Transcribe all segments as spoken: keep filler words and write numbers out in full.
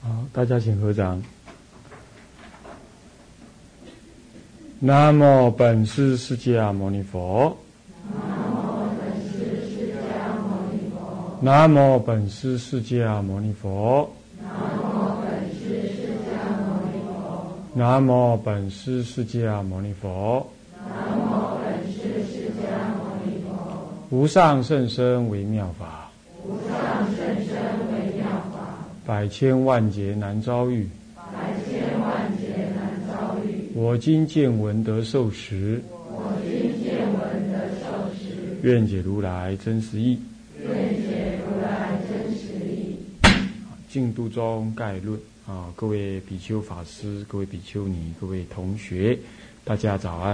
好，大家请合掌。南无本师释迦牟尼佛。南无本师释迦牟尼佛。南无本师释迦牟尼佛。无上甚深微妙法，无上甚深微妙法，百千万劫难遭遇，百千万劫难遭遇。我今见闻得受持，我今见闻得受持。愿解如来真实义，愿解如来真实义。净土宗概论啊，各位比丘法师，各位比丘尼，各位同学，大家早安。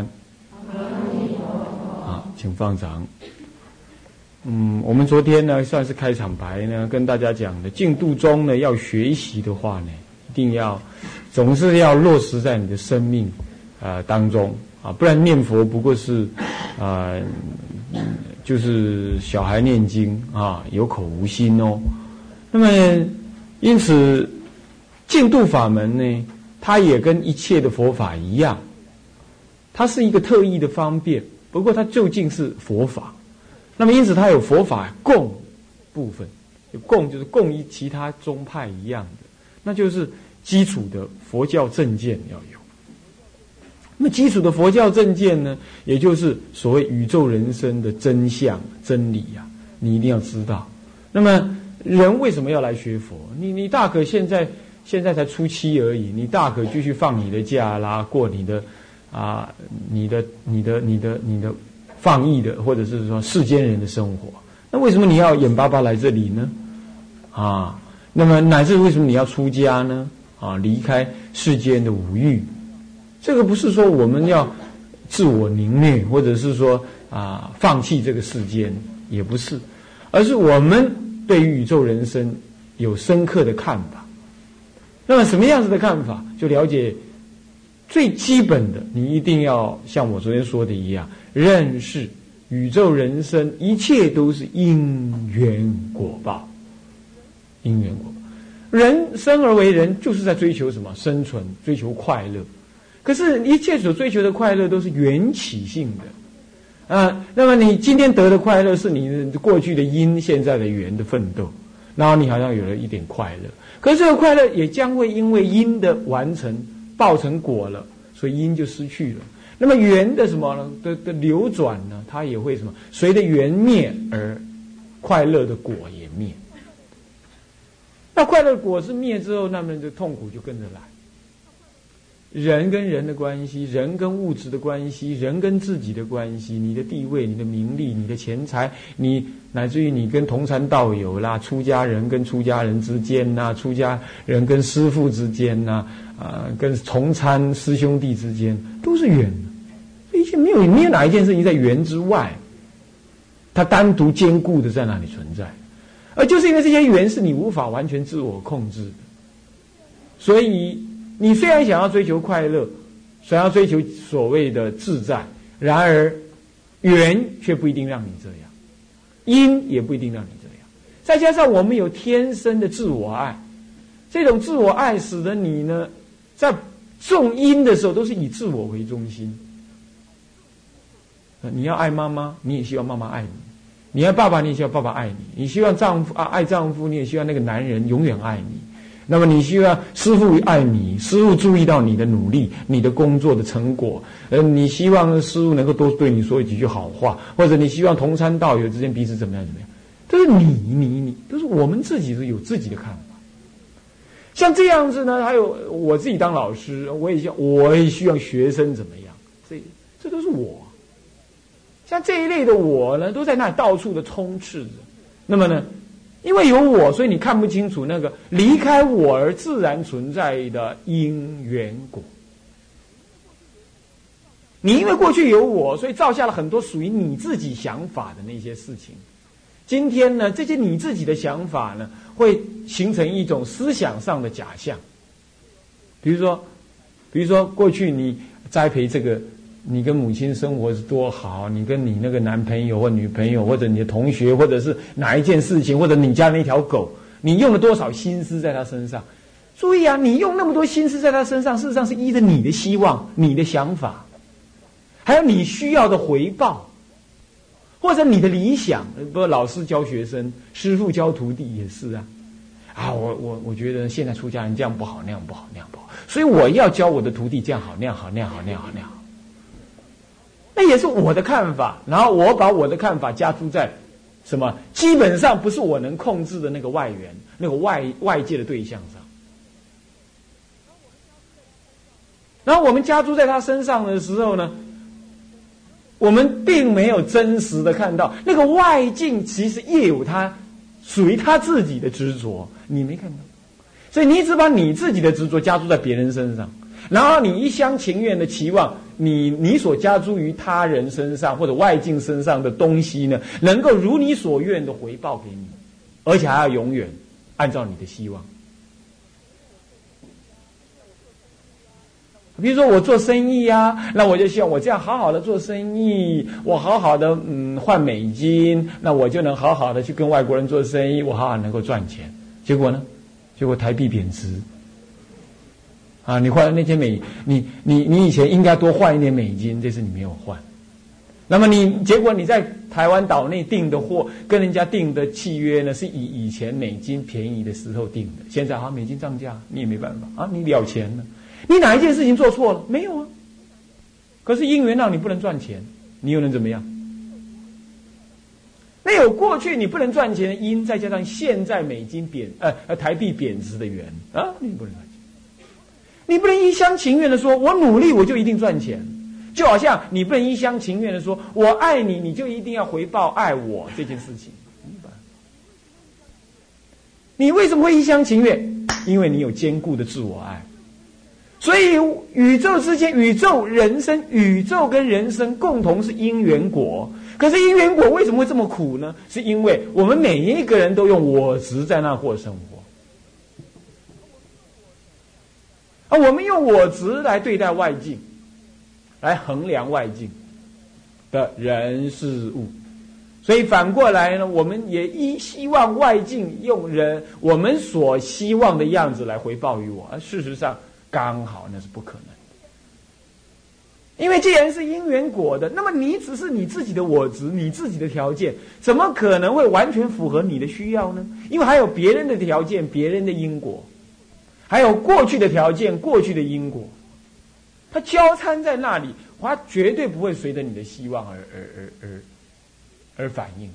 好，请放掌。嗯，我们昨天呢算是开场白呢，跟大家讲的净土宗呢，要学习的话呢，一定要总是要落实在你的生命呃当中啊，不然念佛不过是啊、呃，就是小孩念经啊，有口无心哦。那么因此净土法门呢，它也跟一切的佛法一样，它是一个特异的方便，不过它究竟是佛法。那么因此它有佛法共部分，有共就是共于其他宗派一样的，那就是基础的佛教正见要有。那么基础的佛教正见呢，也就是所谓宇宙人生的真相真理啊，你一定要知道。那么人为什么要来学佛？你你大可现在现在才初期而已，你大可继续放你的假啦，过你的啊，你的你的你的你的放逸的，或者是说世间人的生活。那为什么你要眼巴巴来这里呢？啊，那么乃至为什么你要出家呢？啊，离开世间的五欲，这个不是说我们要自我凌虐，或者是说啊放弃这个世间，也不是，而是我们对于宇宙人生有深刻的看法。那么什么样子的看法？就了解最基本的，你一定要像我昨天说的一样，认识宇宙人生一切都是因缘果报，因缘果报。人生而为人，就是在追求什么？生存，追求快乐。可是，一切所追求的快乐都是缘起性的，啊，那么你今天得的快乐是你过去的因，现在的缘的奋斗，然后你好像有了一点快乐。可是这个快乐也将会因为因的完成，报成果了，所以因就失去了。那么缘的什么呢？的的流转呢？它也会什么？随着缘灭而快乐的果也灭。那快乐的果是灭之后，那么这痛苦就跟着来。人跟人的关系，人跟物质的关系，人跟自己的关系，你的地位、你的名利、你的钱财，你乃至于你跟同参道友啦，出家人跟出家人之间呐、啊，出家人跟师父之间呐、啊，啊、呃，跟同参师兄弟之间，都是缘。所以没有没有哪一件事情在缘之外，它单独坚固的在那里存在。而就是因为这些缘是你无法完全自我控制的，所以你虽然想要追求快乐，想要追求所谓的自在，然而缘却不一定让你这样，因也不一定让你这样。再加上我们有天生的自我爱，这种自我爱使得你呢，在种因的时候都是以自我为中心。你要爱妈妈，你也希望妈妈爱你；你要爸爸，你也希望爸爸爱你；你希望丈夫啊爱丈夫，你也希望那个男人永远爱你。那么你希望师父爱你，师父注意到你的努力，你的工作的成果，呃，你希望师父能够多对你说几句好话，或者你希望同参道友之间彼此怎么样怎么样，都是你你你，都是我们自己是有自己的看法。像这样子呢，还有我自己当老师，我也希望我也希望学生怎么样，这这都是我。像这一类的我呢，都在那里到处的充斥着。那么呢，因为有我，所以你看不清楚那个离开我而自然存在的因缘果。你因为过去有我，所以造下了很多属于你自己想法的那些事情。今天呢，这些你自己的想法呢，会形成一种思想上的假象。比如说，比如说过去你栽培这个。你跟母亲生活是多好，你跟你那个男朋友或女朋友，或者你的同学，或者是哪一件事情，或者你家那条狗，你用了多少心思在他身上， 注意啊，你用那么多心思在他身上，事实上是依着你的希望、你的想法，还有你需要的回报，或者你的理想。不，老师教学生，师父教徒弟也是啊。啊，我我我觉得现在出家人这样不好，那样不好，那样不好，所以我要教我的徒弟这样好，那样好，那样好，那样好，那样好。那也是我的看法，然后我把我的看法加诸在什么？基本上不是我能控制的那个外缘、那个外外界的对象上。然后我们加诸在他身上的时候呢，我们并没有真实的看到那个外境，其实也有他属于他自己的执着，你没看到，所以你只把你自己的执着加诸在别人身上，然后你一厢情愿的期望你你所加诸于他人身上或者外境身上的东西呢，能够如你所愿的回报给你，而且还要永远按照你的希望。比如说我做生意啊，那我就希望我这样好好的做生意，我好好的嗯换美金，那我就能好好的去跟外国人做生意，我好好能够赚钱。结果呢，结果台币贬值啊！你换了那些美，你你你以前应该多换一点美金，这次你没有换。那么你结果你在台湾岛内订的货，跟人家订的契约呢，是以以前美金便宜的时候订的，现在好美金涨价，你也没办法啊，你了钱了。你哪一件事情做错了？没有啊。可是因缘让你不能赚钱，你又能怎么样？那有过去你不能赚钱的因，再加上现在美金贬呃呃台币贬值的缘啊，你不能赚钱。你不能一厢情愿的说，我努力我就一定赚钱，就好像你不能一厢情愿的说，我爱你，你就一定要回报爱我这件事情。你为什么会一厢情愿？因为你有坚固的自我爱。所以宇宙之间，宇宙人生，宇宙跟人生共同是因缘果。可是因缘果为什么会这么苦呢？是因为我们每一个人都用我执在那过生活，而我们用我执来对待外境，来衡量外境的人事物。所以反过来呢，我们也依希望外境用人我们所希望的样子来回报于我，而事实上刚好那是不可能的。因为既然是因缘果的，那么你只是你自己的我执，你自己的条件，怎么可能会完全符合你的需要呢？因为还有别人的条件，别人的因果，还有过去的条件，过去的因果，它交参在那里，它绝对不会随着你的希望而而而而而反应。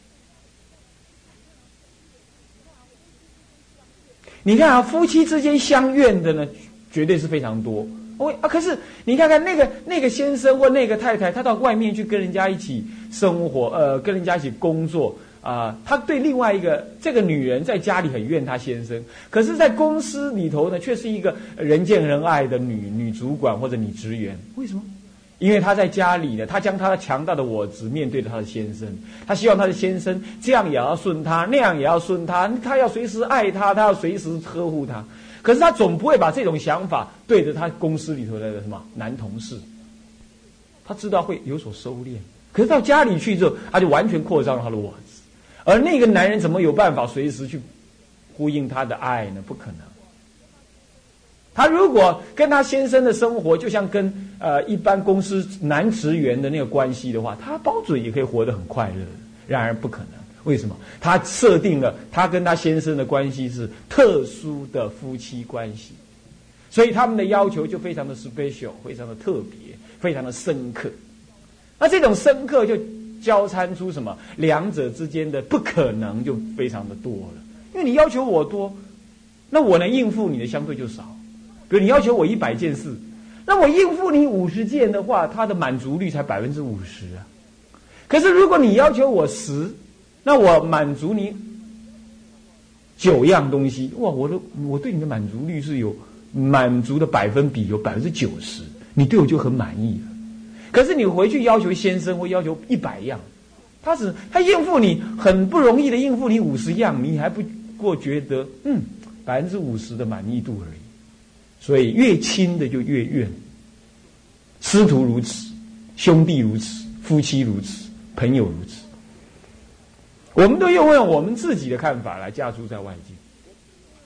你看啊，夫妻之间相怨的呢，绝对是非常多。哦啊，可是你看看那个那个先生或那个太太，他到外面去跟人家一起生活，呃，跟人家一起工作啊、呃，他对另外一个这个女人在家里很怨她先生，可是在公司里头呢，却是一个人见人爱的女女主管或者女职员。为什么？因为他在家里呢，他将他强大的我执面对着他的先生，他希望他的先生这样也要顺他，那样也要顺他，他要随时爱他，他要随时呵护他。可是他总不会把这种想法对着他公司里头的什么男同事，他知道会有所收敛。可是到家里去之后，他就完全扩张了他的我执，而那个男人怎么有办法随时去呼应他的爱呢？不可能。他如果跟他先生的生活就像跟呃一般公司男职员的那个关系的话，他包准也可以活得很快乐。然而不可能。为什么？他设定了他跟他先生的关系是特殊的夫妻关系，所以他们的要求就非常的 special， 非常的特别，非常的深刻。那这种深刻就交参出什么？两者之间的不可能就非常的多了。因为你要求我多，那我能应付你的相对就少。比如你要求我一百件事，那我应付你五十件的话，他的满足率才百分之五十啊。可是如果你要求我十，那我满足你九样东西，哇，我的我对你的满足率是有满足的百分比有百分之九十，你对我就很满意了。可是你回去要求先生或要求一百样，他只他应付你很不容易的应付你五十样，你还不过觉得嗯百分之五十的满意度而已。所以越亲的就越怨，师徒如此，兄弟如此，夫妻如此，朋友如此。我们都用用我们自己的看法来加诸在外境。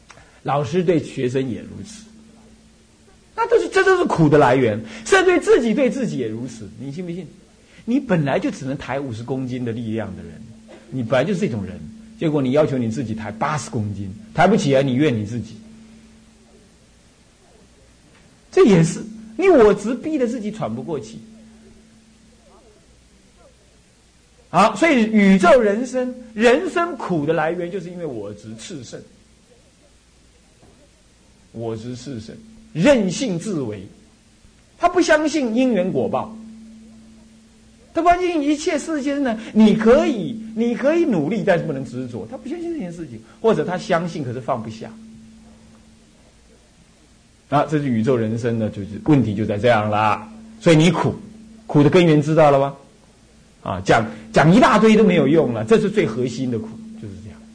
老师对学生也如此。那都是这都是苦的来源，甚至对自己对自己也如此。你信不信？你本来就只能抬五十公斤的力量的人，你本来就是这种人，结果你要求你自己抬八十公斤，抬不起来，你怨你自己。这也是你我执逼得自己喘不过气。好，所以宇宙人生人生苦的来源，就是因为我执炽盛，我执炽盛，任性自为，他不相信因缘果报，他不相信一切世间呢，你可以你可以努力，但是不能执着，他不相信这件事情，或者他相信可是放不下。啊，这是宇宙人生呢，就是问题就在这样啦。所以你苦，苦的根源知道了吗？啊，讲讲一大堆都没有用了，这是最核心的苦，就是这样。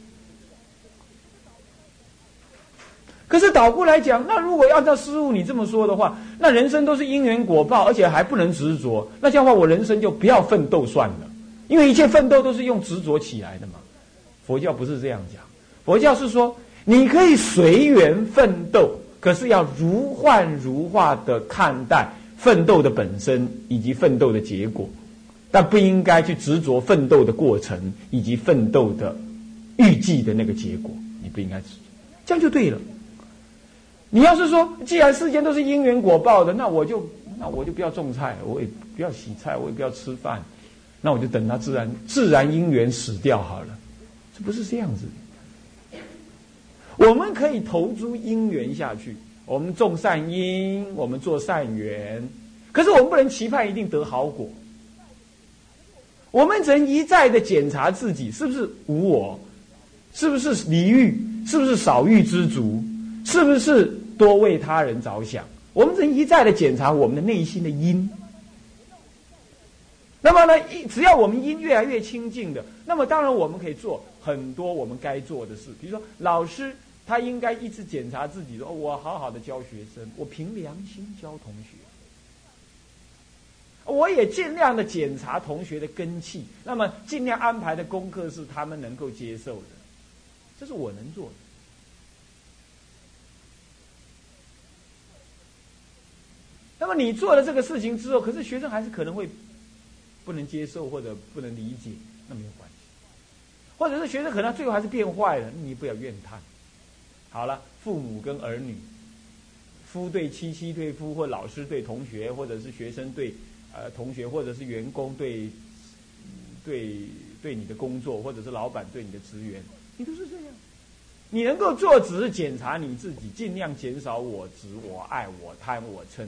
可是倒过来讲，那如果按照师父你这么说的话，那人生都是因缘果报，而且还不能执着，那这样的话我人生就不要奋斗算了，因为一切奋斗都是用执着起来的嘛。佛教不是这样讲，佛教是说你可以随缘奋斗，可是要如幻如化的看待奋斗的本身以及奋斗的结果，但不应该去执着奋斗的过程以及奋斗的预计的那个结果，你不应该执着，这样就对了。你要是说，既然世间都是因缘果报的，那我就那我就不要种菜，我也不要洗菜，我也不要吃饭，那我就等它自然自然因缘死掉好了。这不是这样子的。我们可以投诸因缘下去，我们种善因，我们做善缘，可是我们不能期盼一定得好果。我们只能一再的检查自己是不是无我，是不是离欲，是不是少欲知足，是不是多为他人着想。我们只能一再的检查我们的内心的因。那么呢，只要我们因越来越清净的，那么当然我们可以做很多我们该做的事。比如说老师他应该一直检查自己说，哦，我好好的教学生，我凭良心教同学，我也尽量的检查同学的根器，那么尽量安排的功课是他们能够接受的，这是我能做的。那么你做了这个事情之后，可是学生还是可能会不能接受或者不能理解，那没有关系。或者是学生可能最后还是变坏了，你不要怨叹。好了，父母跟儿女，夫对妻，妻对夫，或老师对同学，或者是学生对呃同学，或者是员工对对对你的工作，或者是老板对你的职员，你都是这样。你能够做只是检查你自己，尽量减少我执、我爱、我贪、我嗔，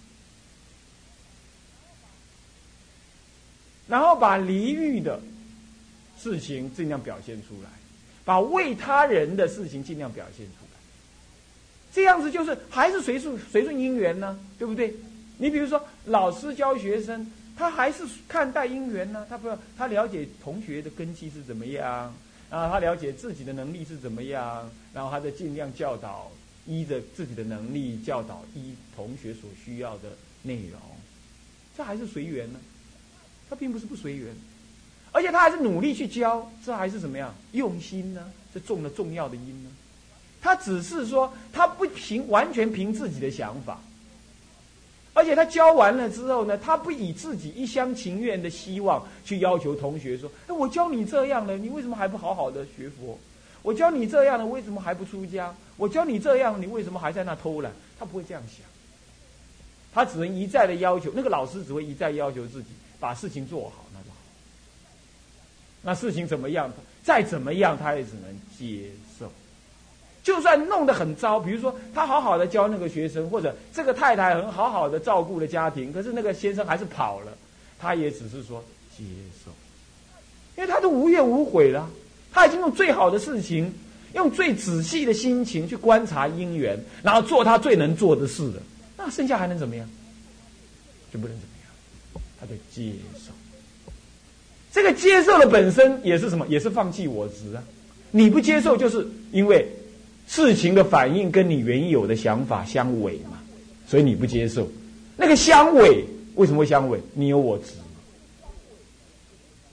然后把离欲的事情尽量表现出来，把为他人的事情尽量表现出来，这样子就是还是随顺随顺因缘呢，对不对？你比如说老师教学生，他还是看待因缘呢，他不他了解同学的根基是怎么样，然后他了解自己的能力是怎么样，然后他再尽量教导依着自己的能力教导依同学所需要的内容，这还是随缘呢，他并不是不随缘，而且他还是努力去教，这还是怎么样用心呢？这种了重要的因呢。他只是说他不凭完全凭自己的想法，而且他教完了之后呢，他不以自己一厢情愿的希望去要求同学说，哎，我教你这样了，你为什么还不好好的学佛？我教你这样了，为什么还不出家？我教你这样，你为什么还在那偷懒？他不会这样想，他只能一再的要求，那个老师只会一再要求自己把事情做好，那就好。那事情怎么样，再怎么样他也只能接受。就算弄得很糟，比如说他好好的教那个学生，或者这个太太很好好的照顾了家庭，可是那个先生还是跑了，他也只是说接受，因为他都无怨无悔了，他已经用最好的事情，用最仔细的心情去观察因缘，然后做他最能做的事了，那剩下还能怎么样？就不能怎么样，他就接受。这个接受的本身也是什么？也是放弃我执啊！你不接受，就是因为事情的反应跟你原有的想法相违嘛，所以你不接受。那个相违为什么会相违？你有我执，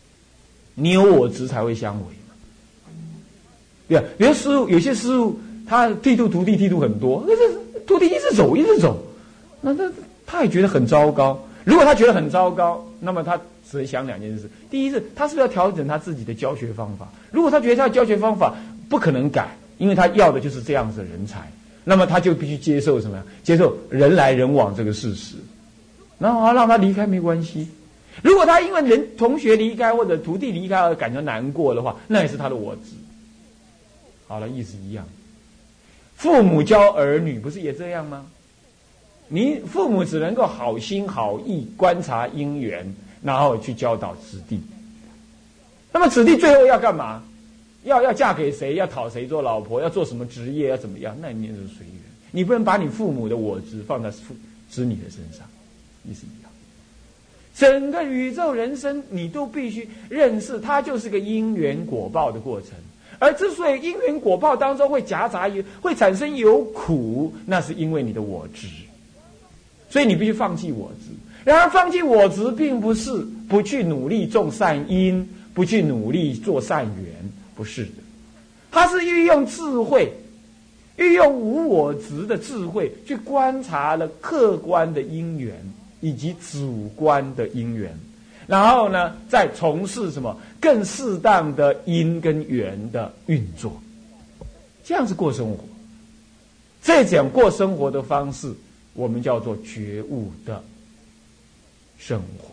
你有我执才会相违嘛。对啊，比如师父，有些师父他剃度徒弟剃度很多，可是徒弟一直走一直走，那他他也觉得很糟糕。如果他觉得很糟糕，那么他只能想两件事：第一是他是不是要调整他自己的教学方法？如果他觉得他的教学方法不可能改，因为他要的就是这样子的人才，那么他就必须接受什么呀？接受人来人往这个事实，然后让他离开没关系。如果他因为人同学离开或者徒弟离开而感到难过的话，那也是他的我执。好了，意思一样。父母教儿女不是也这样吗？你父母只能够好心好意观察因缘，然后去教导子弟。那么子弟最后要干嘛？要要嫁给谁？要讨谁做老婆？要做什么职业？要怎么样？那你就是随缘。你不能把你父母的我执放在父子女的身上，意思一样。整个宇宙人生，你都必须认识，它就是个因缘果报的过程。而之所以因缘果报当中会夹杂有会产生有苦，那是因为你的我执。所以你必须放弃我执。然而放弃我执并不是不去努力种善因，不去努力做善缘，不是的。它是运用智慧，运用无我执的智慧去观察了客观的因缘以及主观的因缘，然后呢再从事什么更适当的因跟缘的运作，这样子过生活。这种过生活的方式我们叫做觉悟的生活，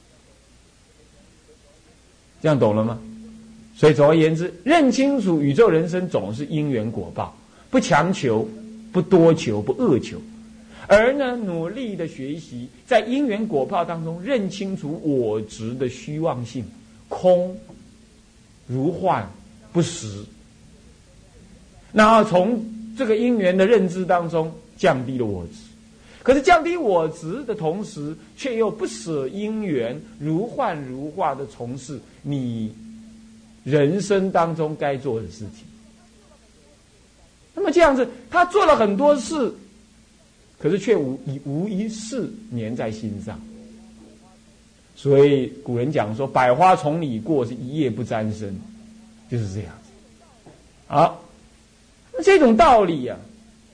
这样懂了吗？所以总而言之，认清楚宇宙人生总是因缘果报，不强求，不多求，不恶求，而呢努力的学习，在因缘果报当中认清楚我执的虚妄性，空如幻不实，然后从这个因缘的认知当中降低了我执。可是降低我执的同时，却又不舍因缘，如幻如化的从事你人生当中该做的事情。那么这样子，他做了很多事，可是却无一无一事粘在心上。所以古人讲说，百花丛里过，是一叶不沾身，就是这样子。好，那这种道理啊，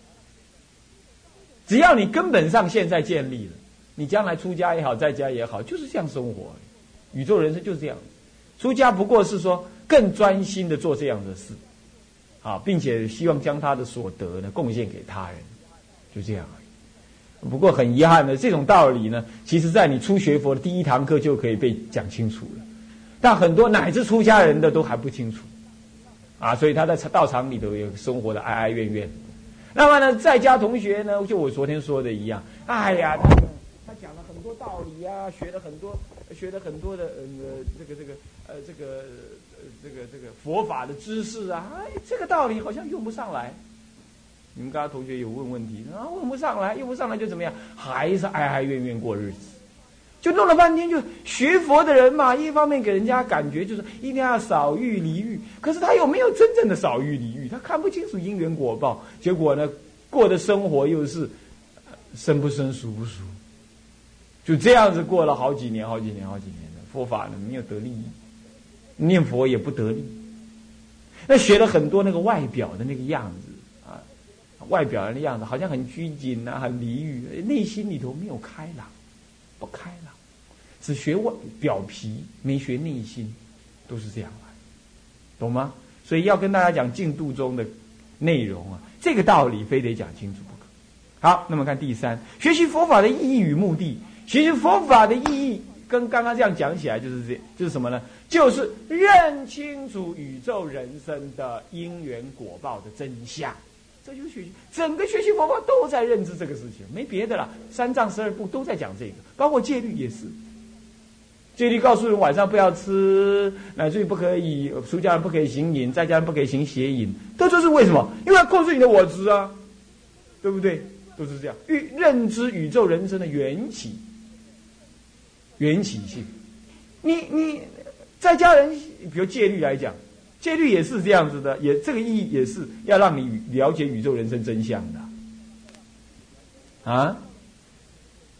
只要你根本上现在建立了，你将来出家也好，在家也好，就是这样生活。宇宙人生就是这样。出家不过是说更专心的做这样的事，啊，并且希望将他的所得呢贡献给他人，就这样而已。不过很遗憾的，这种道理呢，其实在你初学佛的第一堂课就可以被讲清楚了，但很多乃至出家人的都还不清楚，啊，所以他在道场里头也生活的哀哀怨怨。那么呢，在家同学呢，就我昨天说的一样，哎呀，他他讲了很多道理啊，学了很多，学了很多的呃，这个这个呃，这个呃，这个这个佛法的知识啊，哎，这个道理好像用不上来。你们刚刚同学有问问题啊，问不上来，用不上来就怎么样？还是哀哀怨怨过日子，就弄了半天，就学佛的人嘛，一方面给人家感觉就是一定要少欲离欲，可是他有没有真正的少欲离欲？他看不清楚因缘果报，结果呢，过的生活又是生不生熟不熟，就这样子过了好几年、好几年、好几年的佛法呢，没有得利益，念佛也不得力。那学了很多那个外表的那个样子啊，外表的那样子好像很拘谨啊，很离欲，内心里头没有开朗，不开朗。只学外表皮，没学内心，都是这样来，懂吗？所以要跟大家讲净土中的内容啊，这个道理非得讲清楚不可。好，那么看第三，学习佛法的意义与目的。学习佛法的意义跟刚刚这样讲起来，就是这，就是什么呢？就是认清楚宇宙人生的因缘果报的真相。这就是学习，整个学习佛法都在认知这个事情，没别的啦。三藏十二部都在讲这个，包括戒律也是。戒律告诉人晚上不要吃，乃至于不可以出家人不可以行淫，在家人不可以行邪淫，这就是为什么？因为要控制你的我执啊，对不对？都是这样，认知宇宙人生的缘起，缘起性。你你在家人，比如戒律来讲，戒律也是这样子的，也这个意义也是要让你了解宇宙人生真相的啊。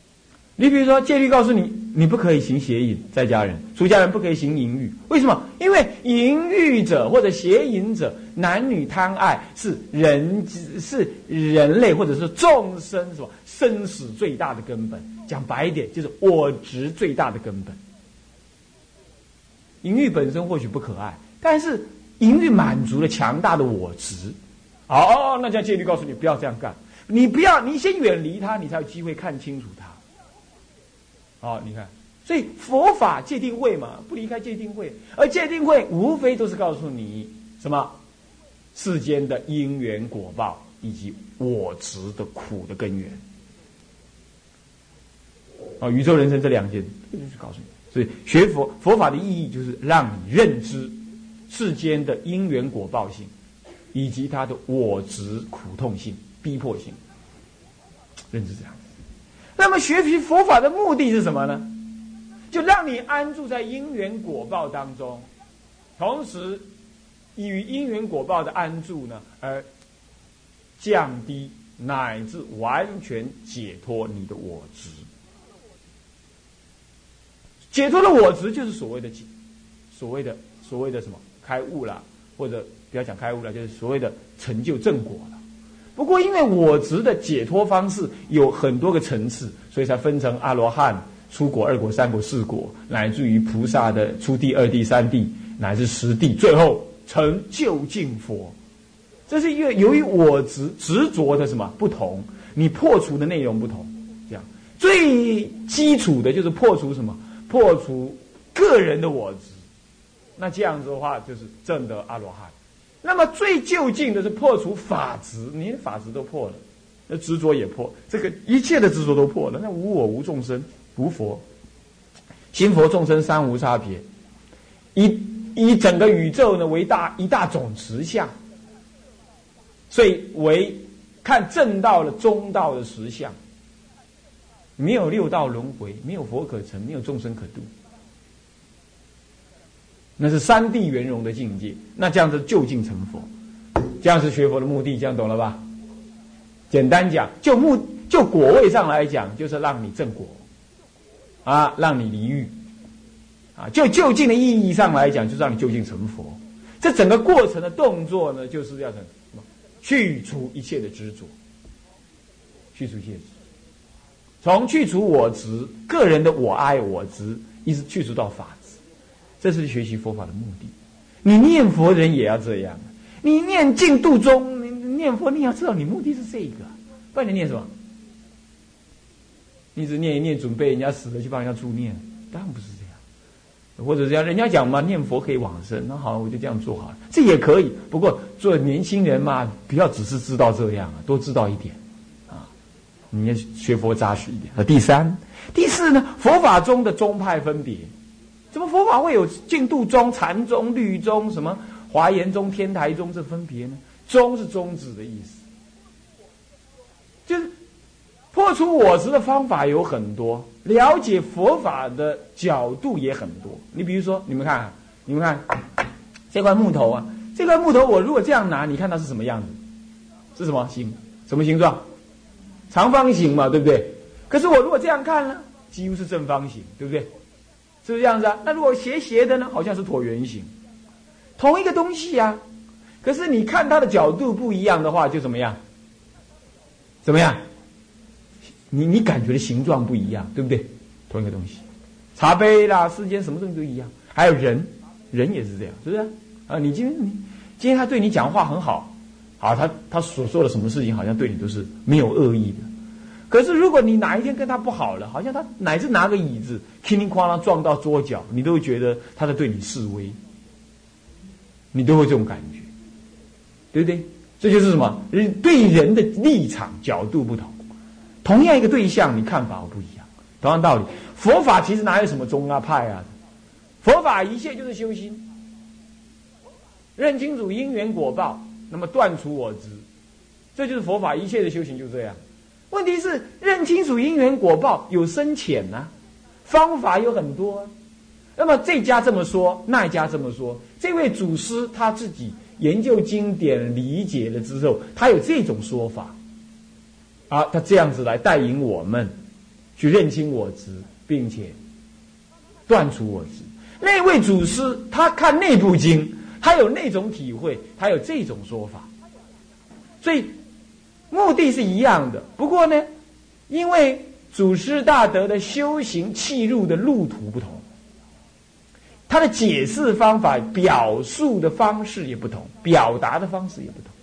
你比如说戒律告诉你，你不可以行邪淫，在家人、出家人不可以行淫欲，为什么？因为淫欲者或者邪淫者，男女贪爱是人是人类或者是众生什么生死最大的根本。讲白一点，就是我执最大的根本。淫欲本身或许不可爱，但是淫欲满足了强大的我执。哦，那叫戒律告诉你不要这样干，你不要，你先远离它，你才有机会看清楚它。好、哦，你看，所以佛法戒定慧嘛，不离开戒定慧，而戒定慧无非都是告诉你什么世间的因缘果报以及我执的苦的根源。啊、哦，宇宙人生这两件，就是告诉你。所以学佛佛法的意义就是让你认知世间的因缘果报性，以及它的我执苦痛性、逼迫性，认知这样。那么学习佛法的目的是什么呢？就让你安住在因缘果报当中，同时与因缘果报的安住呢，而降低乃至完全解脱你的我执。解脱的我执就是所谓的所谓的所谓的什么开悟啦，或者不要讲开悟了，就是所谓的成就正果了。不过因为我执的解脱方式有很多个层次，所以才分成阿罗汉、初果、二果、三果、四果，乃至于菩萨的初地、二地、三地，乃至十地，最后成就近佛。这是因为由于我执执着的什么不同，你破除的内容不同。这样最基础的就是破除什么？破除个人的我执。那这样子的话，就是证得阿罗汉。那么最就近的是破除法执，你的法执都破了，那执着也破，这个一切的执着都破了，那无我无众生无佛，心佛众生三无差别，以以整个宇宙呢为大一大总实相，所以为看正道的中道的实相，没有六道轮回，没有佛可成，没有众生可度。那是三地圆融的境界，那这样子就近成佛，这样是学佛的目的，这样懂了吧？简单讲，就目就果位上来讲，就是让你正果，啊，让你离欲，啊，就就近的意义上来讲，就是让你就近成佛。这整个过程的动作呢，就是要什么？去除一切的执着，去除一切的执着，从去除我执、个人的我爱我执，一直去除到法。这是学习佛法的目的。你念佛人也要这样，你念净度中，你念佛你要知道你目的是这个，不然你念什么？你只念一念，准备人家死了去帮人家助念，当然不是这样。或者这样，人家讲嘛，念佛可以往生，那好，我就这样做好了，这也可以。不过做年轻人嘛，不要只是知道这样啊，多知道一点啊，你要学佛扎实一点。第三、第四呢，佛法中的宗派分别。怎么佛法会有净土宗、禅宗、律宗、什么华严宗、天台宗这分别呢？宗是宗旨的意思，就是破除我执的方法有很多，了解佛法的角度也很多。你比如说，你们看，你们看这块木头啊，这块木头我如果这样拿，你看它是什么样子？是什么形？什么形状？长方形嘛，对不对？可是我如果这样看呢，几乎是正方形，对不对？是不是这样子啊？那如果斜斜的呢，好像是椭圆形，同一个东西啊，可是你看它的角度不一样的话，就怎么样？怎么样？你你感觉的形状不一样，对不对？同一个东西，茶杯啦，世间什么东西都一样。还有人，人也是这样，是不是啊？啊你今天你今天他对你讲话很好，好，他他所做的什么事情好像对你都是没有恶意的。可是如果你哪一天跟他不好了，好像他乃至拿个椅子叮铃哐啷撞到桌角，你都会觉得他在对你示威，你都会这种感觉，对不对？这就是什么？对人的立场角度不同，同样一个对象，你看法不一样。同样道理，佛法其实哪有什么宗啊派啊？佛法一切就是修心，认清楚因缘果报，那么断除我执，这就是佛法一切的修行，就这样。问题是认清楚因缘果报有深浅啊，方法有很多啊。那么这家这么说，那一家这么说，这位祖师他自己研究经典理解了之后，他有这种说法啊，他这样子来带引我们去认清我执，并且断除我执。那位祖师他看内部经，他有那种体会，他有这种说法，所以目的是一样的。不过呢，因为祖师大德的修行契入的路途不同，他的解释方法、表述的方式也不同，表达的方式也不同。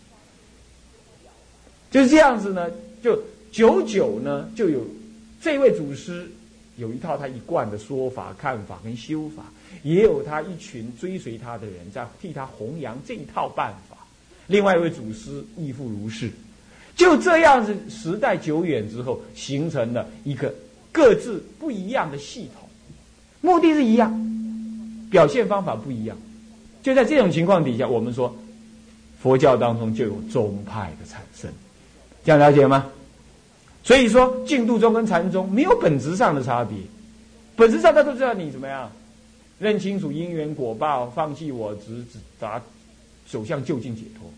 就是这样子呢，就久久呢，就有这位祖师有一套他一贯的说法、看法跟修法，也有他一群追随他的人在替他弘扬这一套办法。另外一位祖师亦复如是。就这样子，时代久远之后，形成了一个各自不一样的系统，目的是一样，表现方法不一样。就在这种情况底下，我们说佛教当中就有宗派的产生，这样了解吗？所以说净土宗跟禅宗没有本质上的差别，本质上他都知道你怎么样认清楚因缘果报，放弃我执，达走向究竟解脱，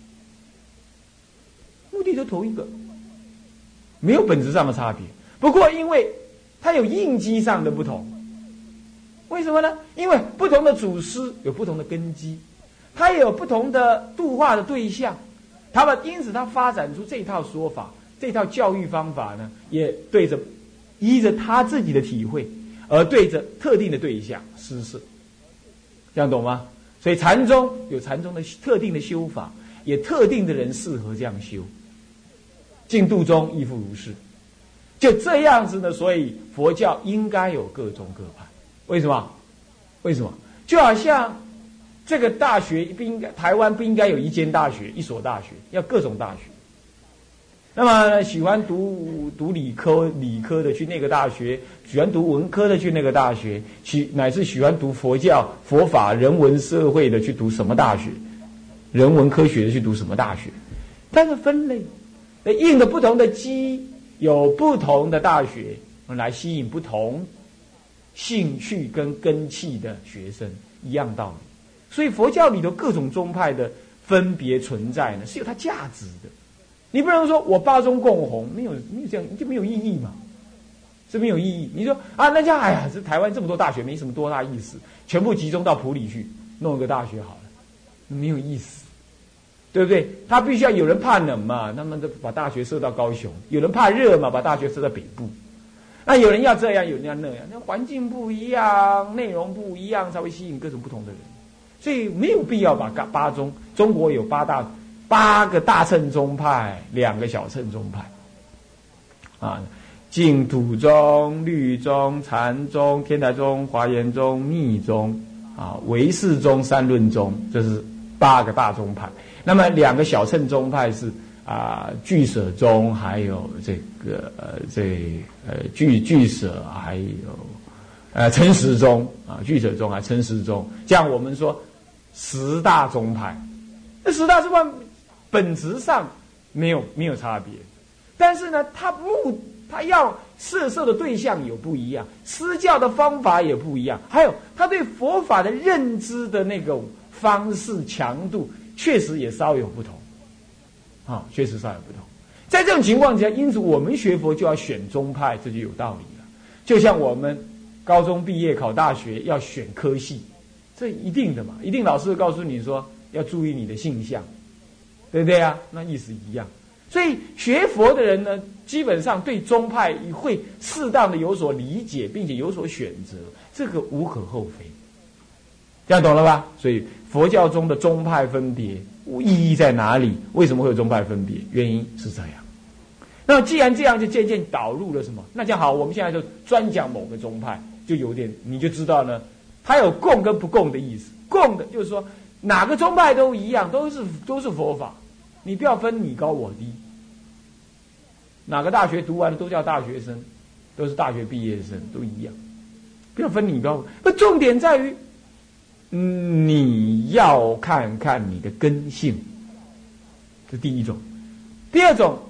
目的都同一个，没有本质上的差别。不过因为它有印基上的不同，为什么呢？因为不同的祖师有不同的根基，它也有不同的度化的对象，他们因此他发展出这套说法，这套教育方法呢，也对着依着他自己的体会，而对着特定的对象施设，这样懂吗？所以禅宗有禅宗的特定的修法，也特定的人适合这样修。净土宗亦复如是。就这样子呢，所以佛教应该有各宗各派。为什么？为什么？就好像这个大学不应该，台湾不应该有一间大学、一所大学，要各种大学。那么喜欢读读理科理科的去那个大学，喜欢读文科的去那个大学，喜乃至喜欢读佛教佛法人文社会的去读什么大学，人文科学的去读什么大学。但是分类印的不同的基，有不同的大学来吸引不同兴趣跟根器的学生，一样道理。所以佛教里头各种宗派的分别存在呢，是有它价值的。你不能说我八宗共弘，没有没有这样就没有意义嘛，是没有意义。你说啊，那这样哎呀，这台湾这么多大学没什么多大意思，全部集中到埔里去弄一个大学好了，没有意思，对不对？他必须要有人怕冷嘛，他们就把大学设到高雄；有人怕热嘛，把大学设到北部。那有人要这样，有人要那样，那环境不一样，内容不一样，才会吸引各种不同的人。所以没有必要把八宗，中国有八大。八个大乘宗派，两个小乘宗派，啊，净土宗、律宗、禅宗、天台宗、华严宗、密宗，啊，唯识宗、三论宗，这是八个大宗派。那么两个小乘宗派是啊，俱舍宗，还有这个呃这呃俱俱舍，还有呃陈实宗啊，俱舍宗啊，陈实宗。这样我们说十大宗派，那十大宗派。本质上没有没有差别，但是呢，他目他要摄受的对象有不一样，施教的方法也不一样，还有他对佛法的认知的那个方式强度，确实也稍有不同，啊，确实稍有不同。在这种情况下，因此我们学佛就要选宗派，这就有道理了。就像我们高中毕业考大学要选科系，这一定的嘛，一定老师会告诉你说要注意你的性向。对不对啊？那意思一样。所以学佛的人呢，基本上对宗派会适当的有所理解，并且有所选择，这个无可厚非。这样懂了吧？所以佛教中的宗派分别意义在哪里？为什么会有宗派分别？原因是这样。那么既然这样，就渐渐导入了什么？那这样好，我们现在就专讲某个宗派，就有点你就知道呢，它有共跟不共的意思。共的就是说哪个宗派都一样，都是都是佛法。你不要分你高我低，哪个大学读完了都叫大学生，都是大学毕业生，都一样，不要分你高。那重点在于，嗯，你要看看你的根性，这第一种。第二种，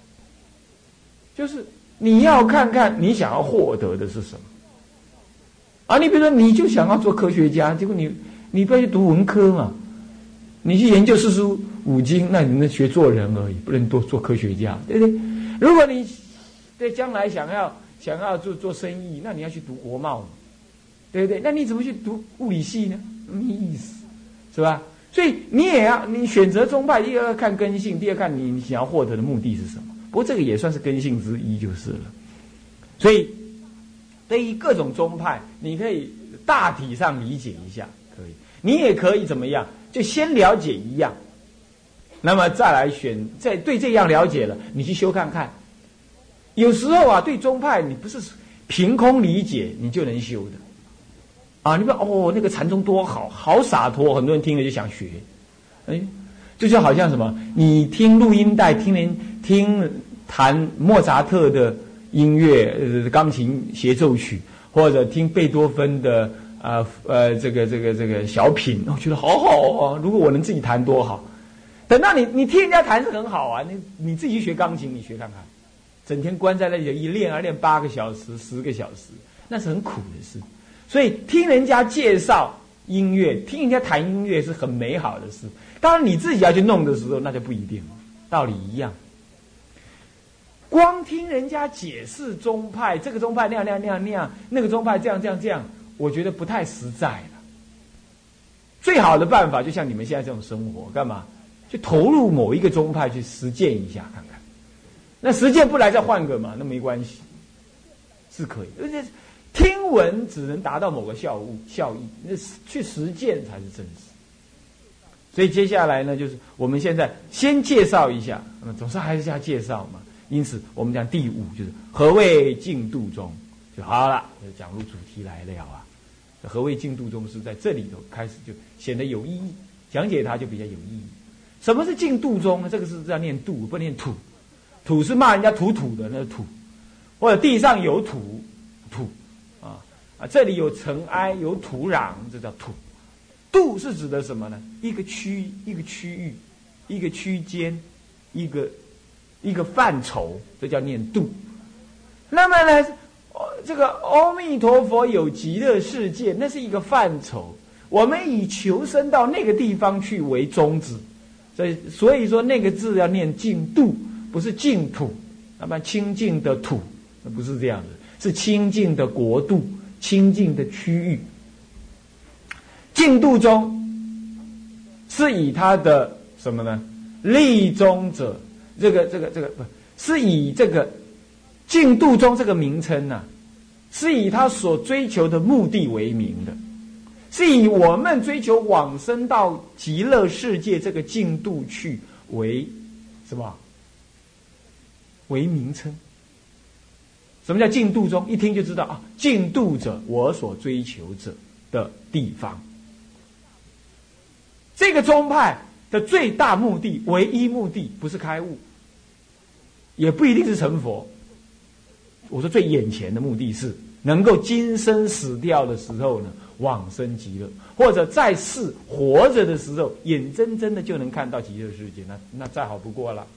就是你要看看你想要获得的是什么。啊，你比如说，你就想要做科学家，结果你你不要去读文科嘛，你去研究四书五经，那你能学做人而已，不能多做科学家，对不对？如果你对将来想要想要做做生意，那你要去读国贸嘛，对不对？那你怎么去读物理系呢？没意思，是吧？所以你也要你选择宗派，第二看根性，第二看你想要获得的目的是什么。不过这个也算是根性之一就是了。所以对于各种宗派，你可以大体上理解一下，可以。你也可以怎么样？就先了解一样，那么再来选，再对这样了解了，你去修看看。有时候啊，对宗派你不是凭空理解你就能修的。啊，你不哦，那个禅宗多好，好洒脱，很多人听了就想学。哎，这就好像什么，你听录音带，听人听弹莫扎特的音乐，呃，钢琴协奏曲，或者听贝多芬的呃呃这个这个这个小品，我觉得好好哦。如果我能自己弹多好。等到你你听人家弹是很好啊，你你自己去学钢琴，你学看看，整天关在那里一练啊，练八个小时、十个小时，那是很苦的事。所以听人家介绍音乐，听人家弹音乐是很美好的事。当然你自己要去弄的时候，那就不一定了，道理一样。光听人家解释宗派，这个宗派那样那样那样那样，那个宗派这样这样这样，我觉得不太实在了。最好的办法就像你们现在这种生活，干嘛？去投入某一个宗派去实践一下看看。那实践不来再换个嘛，那没关系，是可以。而且听闻只能达到某个效物效益，那去实践才是真实。所以接下来呢，就是我们现在先介绍一下，那总是还是要介绍嘛。因此我们讲第五就是何谓净土宗就好了，就讲入主题来了啊。何谓净土宗是在这里头开始就显得有意义，讲解它就比较有意义。什么是净土宗呢？这个是要念土，不念土。土是骂人家土土的那个土，或者地上有土土啊啊，这里有尘埃有土壤，这叫土。度是指的什么呢？一个区一个区域，一个区间，一个一个范畴，这叫念度。那么呢，这个阿弥陀佛有极乐世界，那是一个范畴，我们以求生到那个地方去为宗旨。所以所以说那个字要念净土，不是净土，那么清净的土，不是这样子，是清净的国度，清净的区域。净土宗是以他的什么呢？立宗者，这个这个这个不是以这个净土宗这个名称啊，是以他所追求的目的为名的。是以我们追求往生到极乐世界这个净土去为什么？为名称。什么叫净土宗？一听就知道啊，净土者，我所追求者的地方。这个宗派的最大目的、唯一目的，不是开悟，也不一定是成佛。我说最眼前的目的是能够今生死掉的时候呢，往生极乐，或者在世活着的时候，眼睁睁的就能看到极乐世界，那那再好不过了。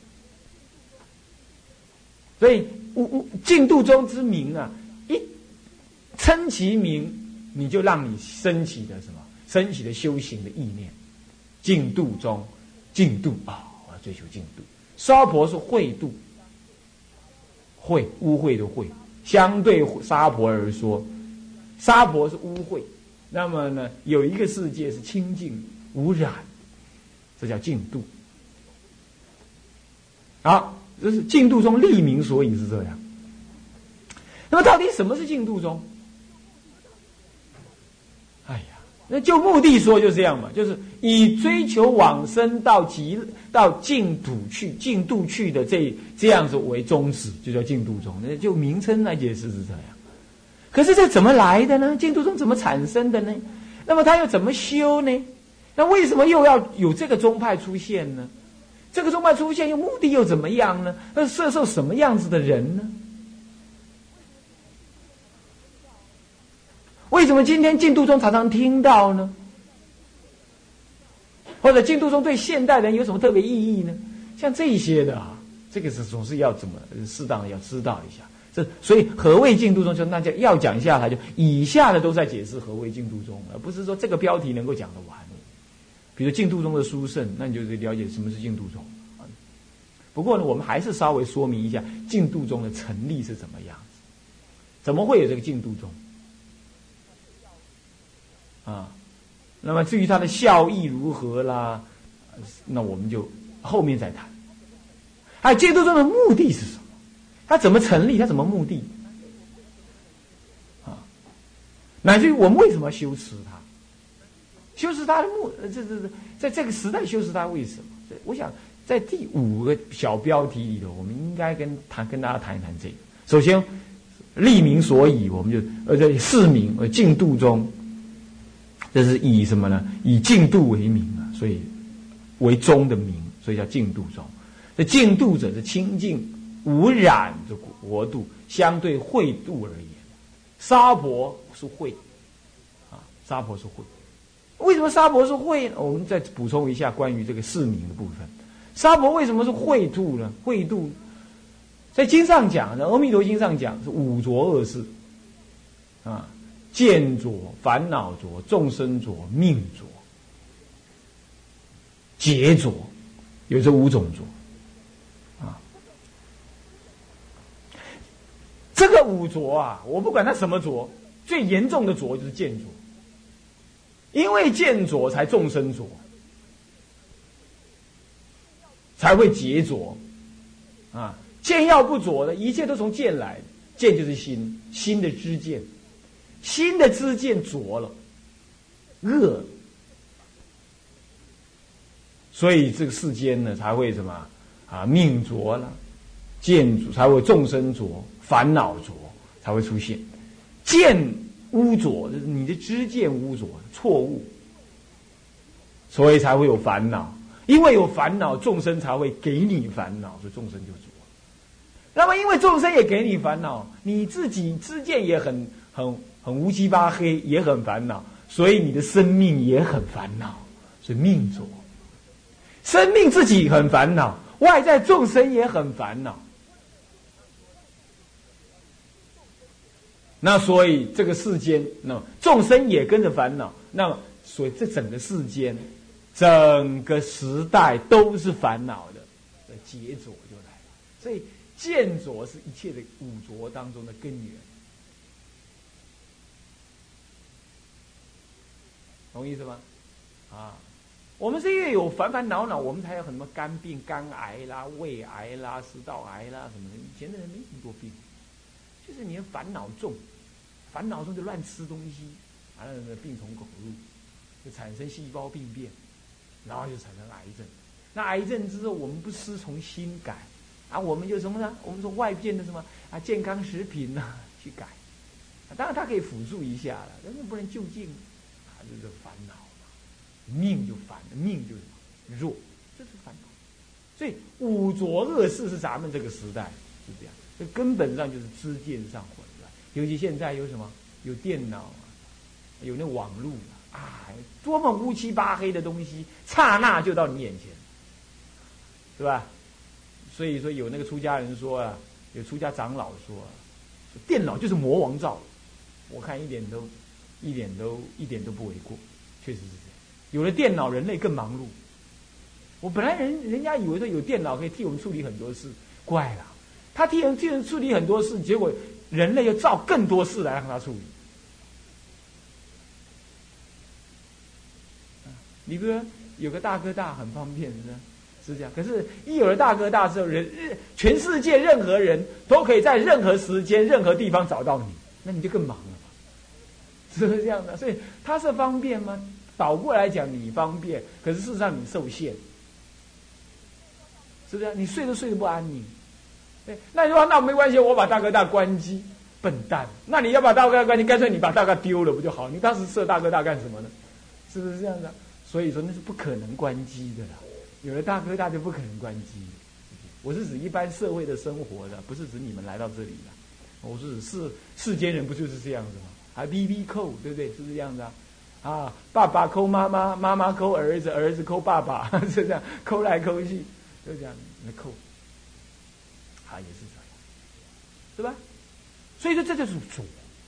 所以，净土宗之名啊，一称其名，你就让你升起的什么？升起的修行的意念。净土宗，净土啊，我要追求净土。娑婆是秽土，秽污秽的秽，相对娑婆而说，娑婆是污秽。那么呢，有一个世界是清净无染，这叫净土。好，这是净土宗立名所以是这样。那么到底什么是净土宗？哎呀，那就目的说就这样嘛，就是以追求往生到极到净土去、净土去的这这样子为宗旨，就叫净土宗。那就名称来解释是这样。可是这怎么来的呢？净土宗怎么产生的呢？那么他又怎么修呢？那为什么又要有这个宗派出现呢？这个宗派出现又目的又怎么样呢？那摄受什么样子的人呢？为什么今天净土宗常常听到呢？或者净土宗对现代人有什么特别意义呢？像这些的啊，这个是总是要怎么适当的要知道一下。这所以何谓净土宗，就那就要讲下来，就以下的都在解释何谓净土宗，而不是说这个标题能够讲得完。比如净土宗的殊胜，那你就了解什么是净土宗。不过呢，我们还是稍微说明一下净土宗的成立是怎么样子。 怎么会有这个净土宗？啊，那么至于它的效益如何啦，那我们就后面再谈。还有净土宗的目的是什么？它怎么成立？它怎么目的？啊，乃至于我们为什么要修持它？修持它的目，这这这，在这个时代修持它为什么？我想在第五个小标题里头，我们应该跟谈跟大家谈一谈这个。首先，立名所以，我们就呃这释名呃净土宗，这是以什么呢？以净土为名啊，所以为宗的名，所以叫净土宗。这净土者是清净无染的国度，相对秽度而言，娑婆是秽啊，娑婆是秽。为什么娑婆是秽呢？我们再补充一下关于这个释名的部分。娑婆为什么是秽度呢？秽度在经上讲呢，《阿弥陀经》上讲是五浊恶世啊，见浊、烦恼浊、众生浊、命浊、劫浊，有这五种浊啊。这个五浊啊，我不管它什么浊，最严重的浊就是见浊，因为见浊才众生浊，才会劫浊啊。见要不浊的，一切都从见来的，见就是心，心的知见，心的知见浊了，恶，所以这个世间呢才会什么啊命浊了，见浊才会众生浊，烦恼浊才会出现，见污浊就是你的知见污浊错误，所以才会有烦恼，因为有烦恼，众生才会给你烦恼，所以众生就浊。那么因为众生也给你烦恼，你自己知见也很很很乌漆八黑，也很烦恼，所以你的生命也很烦恼，所以命浊。生命自己很烦恼，外在众生也很烦恼。那所以这个世间，那么众生也跟着烦恼，那么所以这整个世间，整个时代都是烦恼的，劫浊就来了。所以见浊是一切的五浊当中的根源，懂意思吗？啊，我们是因为有烦烦恼恼，我们才有很多肝病、肝癌啦、胃癌啦、食道癌啦什么的。以前的人没那么多病，就是你的烦恼重，烦恼重就乱吃东西，完了病从口入，就产生细胞病变，然后就产生癌症。那癌症之后，我们不思从心改。啊，我们就什么呢？我们从外界的什么啊健康食品呐、啊、去改，啊，当然它可以辅助一下了，但是不能就近，啊，就是烦恼嘛，命就烦，命就弱，这是烦恼。所以五浊恶世是咱们这个时代是这样，这根本上就是知见上混乱，尤其现在有什么有电脑啊，有那网络啊，啊，多么乌漆八黑的东西，刹那就到你眼前，是吧？所以说有那个出家人说啊，有出家长老说啊，电脑就是魔王造的，我看一点都一点都一点都不为过，确实是这样。有了电脑，人类更忙碌。我本来人人家以为说有电脑可以替我们处理很多事，怪了，他替人替人处理很多事，结果人类又造更多事来让他处理。你比如说有个大哥大很方便，是不是？是这样，可是，一有了大哥大之后，人全世界任何人都可以在任何时间、任何地方找到你，那你就更忙了嘛，是不是这样的？所以它是方便吗？倒过来讲，你方便，可是事实上你受限，是不是？你睡都睡得不安宁。对，那你说那没关系，我把大哥大关机，笨蛋！那你要把大哥大关机，干脆你把大哥丢了不就好？你当时设大哥大干什么呢？是不是这样的？所以说那是不可能关机的啦。有了大哥大就不可能关机，我是指一般社会的生活的，不是指你们来到这里的。我是指世世间人不就是这样子吗？还 B B 扣，对不对？是不是这样子啊？啊，爸爸扣妈妈，妈妈扣儿子，儿子扣爸爸，是这样，扣来扣去，就这样来扣，啊，也是这样，对吧？所以说这就是浊，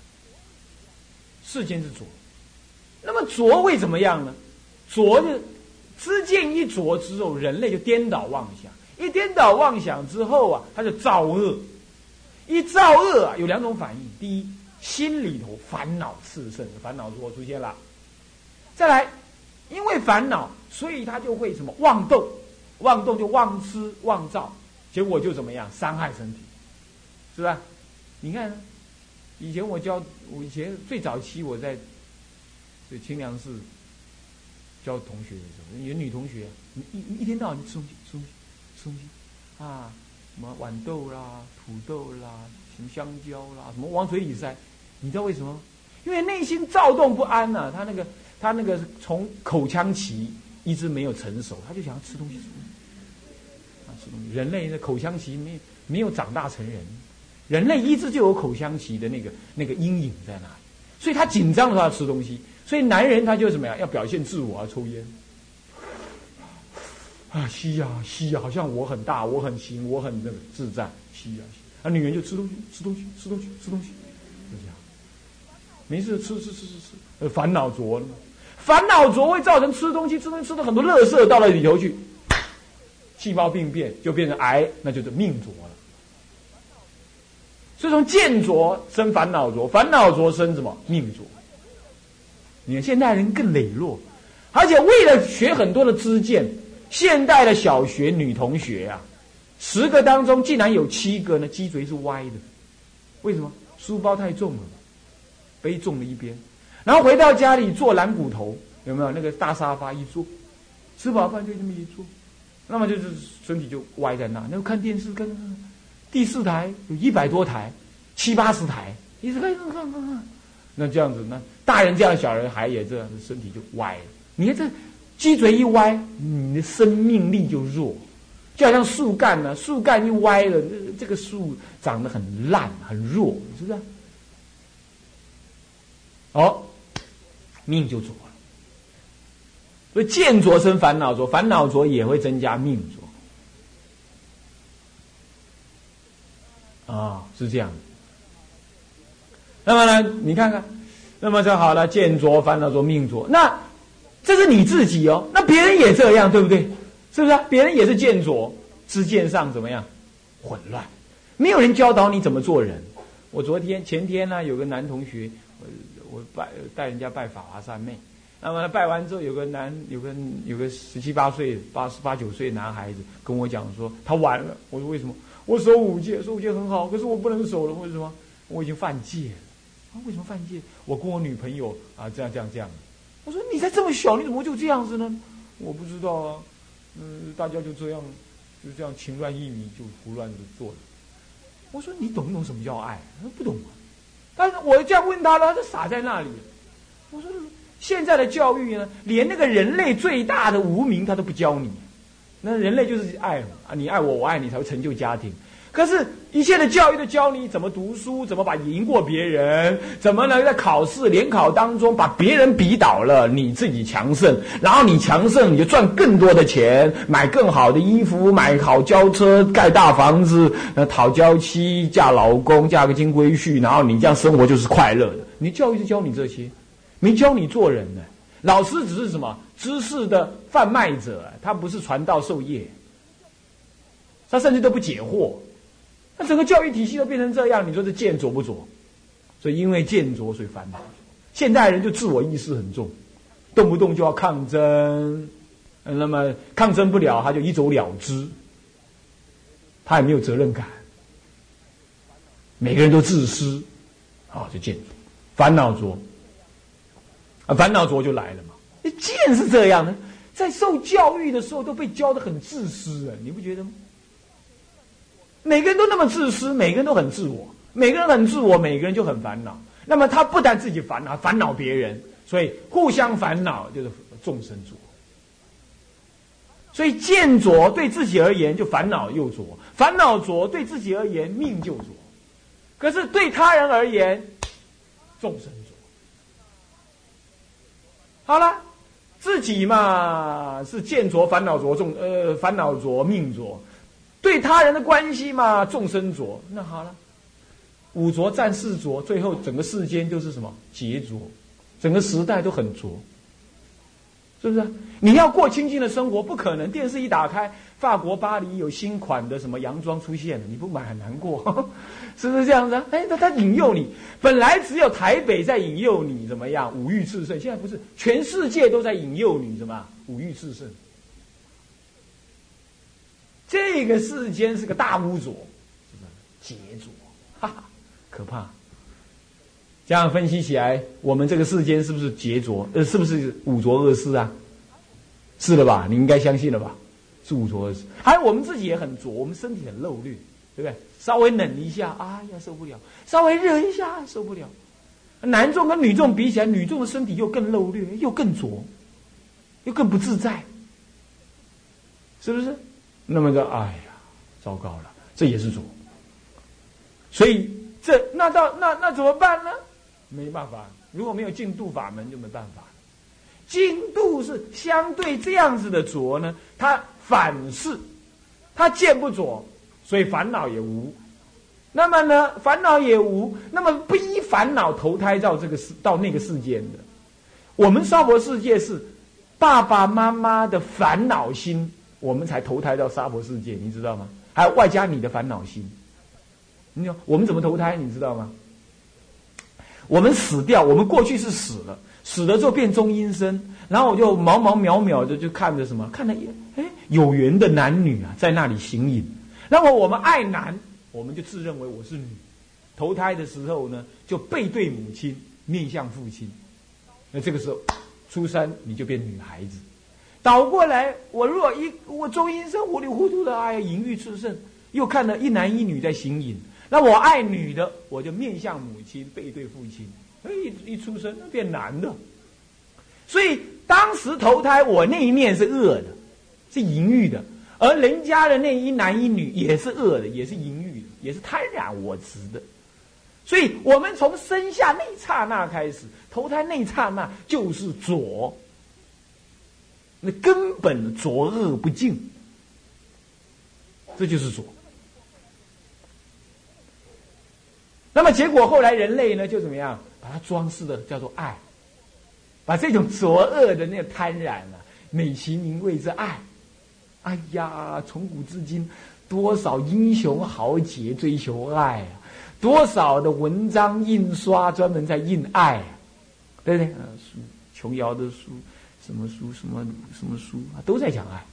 世间是浊。那么浊会怎么样呢？浊就。知见一浊之后，人类就颠倒妄想，一颠倒妄想之后啊，他就造恶， 一造恶啊，有两种反应：第一，心里头烦恼炽盛，烦恼浊出现了；再来，因为烦恼，所以他就会什么妄动，妄动就妄思妄造，结果就怎么样，伤害身体，是吧？你看，以前我教，我以前最早期我在这清凉寺教同学的时候，有女同学，你一一天到晚就吃东西，吃东西，吃东西，啊，什么豌豆啦、土豆啦、什么香蕉啦，什么往嘴里塞，你知道为什么？因为内心躁动不安呐、啊，他那个他那个从口腔期一直没有成熟，他就想要吃东西，吃东西，啊，吃东西。人类的口腔期没没有长大成人，人类一直就有口腔期的那个那个阴影在那里，所以他紧张的时候要吃东西。所以男人他就怎么样，要表现自我啊，抽烟啊，吸呀、啊、吸呀、啊，好像我很大，我很行，我很那个自在，吸呀、啊、吸。啊，女人就吃东西，吃东西，吃东西，吃东西，就这样，没事吃吃吃吃吃，呃，烦恼浊了，烦恼浊会造成吃东西吃东西吃的很多垃圾到了里头去，细胞病变就变成癌，那就是命浊了。所以从见浊生烦恼浊，烦恼浊生什么命浊。你看现代人更磊落，而且为了学很多的知见，现代的小学女同学啊，十个当中竟然有七个呢脊椎是歪的，为什么？书包太重了，背重了一边，然后回到家里坐懒骨头，有没有？那个大沙发一坐，吃饱饭就这么一坐，那么就是身体就歪在那。那看电视跟第四台有一百多台，七八十台，一直看看看看看。那这样子呢，大人这样，小人还也这样，身体就歪了。你看这脊椎一歪，你的生命力就弱，就好像树干呢，树干一歪了，这个树长得很烂很弱，是不是？哦，命就浊了。所以见浊生烦恼浊，烦恼浊也会增加命浊。啊，是这样的。那么呢，你看看，那么就好了，见浊、烦恼浊、命浊。那这是你自己哦，那别人也这样，对不对？是不是、啊？别人也是见浊，知见上怎么样？混乱，没有人教导你怎么做人。我昨天、前天呢，有个男同学，我我拜带人家拜法华三昧，那么拜完之后，有个男，有个有个十七八岁、八十八九岁的男孩子跟我讲说，他完了。我说为什么？我守五戒，守五戒很好，可是我不能守了，为什么？我已经犯戒了。啊，为什么犯戒？我跟我女朋友啊，这样这样这样。我说你才这么小，你怎么就这样子呢？我不知道啊，嗯，大家就这样，就这样情乱意迷，就胡乱的做了。我说你懂不懂什么叫爱？他说不懂啊。但是我这样问他了，他就傻在那里。我说现在的教育呢，连那个人类最大的无名他都不教你。那人类就是爱啊，你爱我，我爱你，才会成就家庭。可是，一切的教育都教你怎么读书，怎么把赢过别人，怎么呢在考试联考当中把别人比倒了，你自己强盛，然后你强盛，你就赚更多的钱，买更好的衣服，买好轿车，盖大房子，呃，讨娇妻，嫁老公，嫁个金龟婿，然后你这样生活就是快乐的。你教育是教你这些，没教你做人呢。老师只是什么知识的贩卖者，他不是传道授业，他甚至都不解惑。那整个教育体系都变成这样，你说这见浊不浊？所以因为见浊，所以烦恼。现代人就自我意识很重，动不动就要抗争，那么抗争不了，他就一走了之，他也没有责任感，每个人都自私，啊，就见浊，烦恼浊，啊，烦恼浊就来了嘛。见是这样的，在受教育的时候都被教得很自私啊，你不觉得吗？每个人都那么自私，每个人都很自我，每个人很自我，每个人就很烦恼。那么他不但自己烦恼，烦恼别人，所以互相烦恼就是众生浊。所以见浊对自己而言就烦恼又浊，烦恼浊对自己而言命就浊，可是对他人而言众生浊。好了，自己嘛是见浊、烦恼浊、众呃烦恼浊、命浊。对他人的关系嘛，众生浊。那好了，五浊占四浊，最后整个世间就是什么劫浊，整个时代都很浊。 是不是？你要过清净的生活，不可能。电视一打开，法国巴黎有新款的什么洋装出现了，你不买很难过，呵呵是不是这样子啊？哎，他他引诱你，本来只有台北在引诱你怎么样，五欲炽盛，现在不是，全世界都在引诱你什么五欲炽盛。这个世间是个大污浊，是不是？劫浊，哈哈，可怕。这样分析起来，我们这个世间是不是劫浊？呃，是不是五浊恶世啊？是的吧？你应该相信了吧？是五浊恶世。还有我们自己也很浊，我们身体很漏劣，对不对？稍微冷一下，哎呀受不了；稍微热一下，受不了。男众跟女众比起来，女众的身体又更漏劣，又更浊，又更不自在，是不是？那么就哎呀，糟糕了，这也是浊。所以这那到那那怎么办呢？没办法，如果没有净度法门，就没办法。净度是相对这样子的浊呢，它反是，它见不浊，所以烦恼也无。那么呢，烦恼也无，那么不依烦恼投胎到这个世到那个世界的。我们娑婆世界是爸爸妈妈的烦恼心，我们才投胎到娑婆世界，你知道吗？还有外加你的烦恼心。你说我们怎么投胎，你知道吗？我们死掉，我们过去是死了，死了之后变中阴身，然后我就毛毛渺渺的就看着什么，看着哎有缘的男女啊，在那里行淫。那么我们爱男，我们就自认为我是女，投胎的时候呢，就背对母亲，面向父亲。那这个时候出生你就变女孩子。倒过来，我若一我中阴身糊里糊涂的，哎呀淫欲炽盛，又看了一男一女在行淫。那我爱女的，我就面向母亲，背对父亲。哎，一出生变男的，所以当时投胎，我那一面是恶的，是淫欲的，而人家的那一男一女也是恶的，也是淫欲的，也是贪婪我执的。所以我们从生下那一刹那开始，投胎那一刹那就是浊，那根本的浊恶不净，这就是浊。那么结果后来人类呢就怎么样，把它装饰的叫做爱，把这种浊恶的那个贪婪啊，美其名谓之爱。哎呀，从古至今多少英雄豪杰追求爱啊，多少的文章印刷专门在印爱啊，对不对？呃，书琼瑶的书，什么书什么什么书啊，都在讲爱。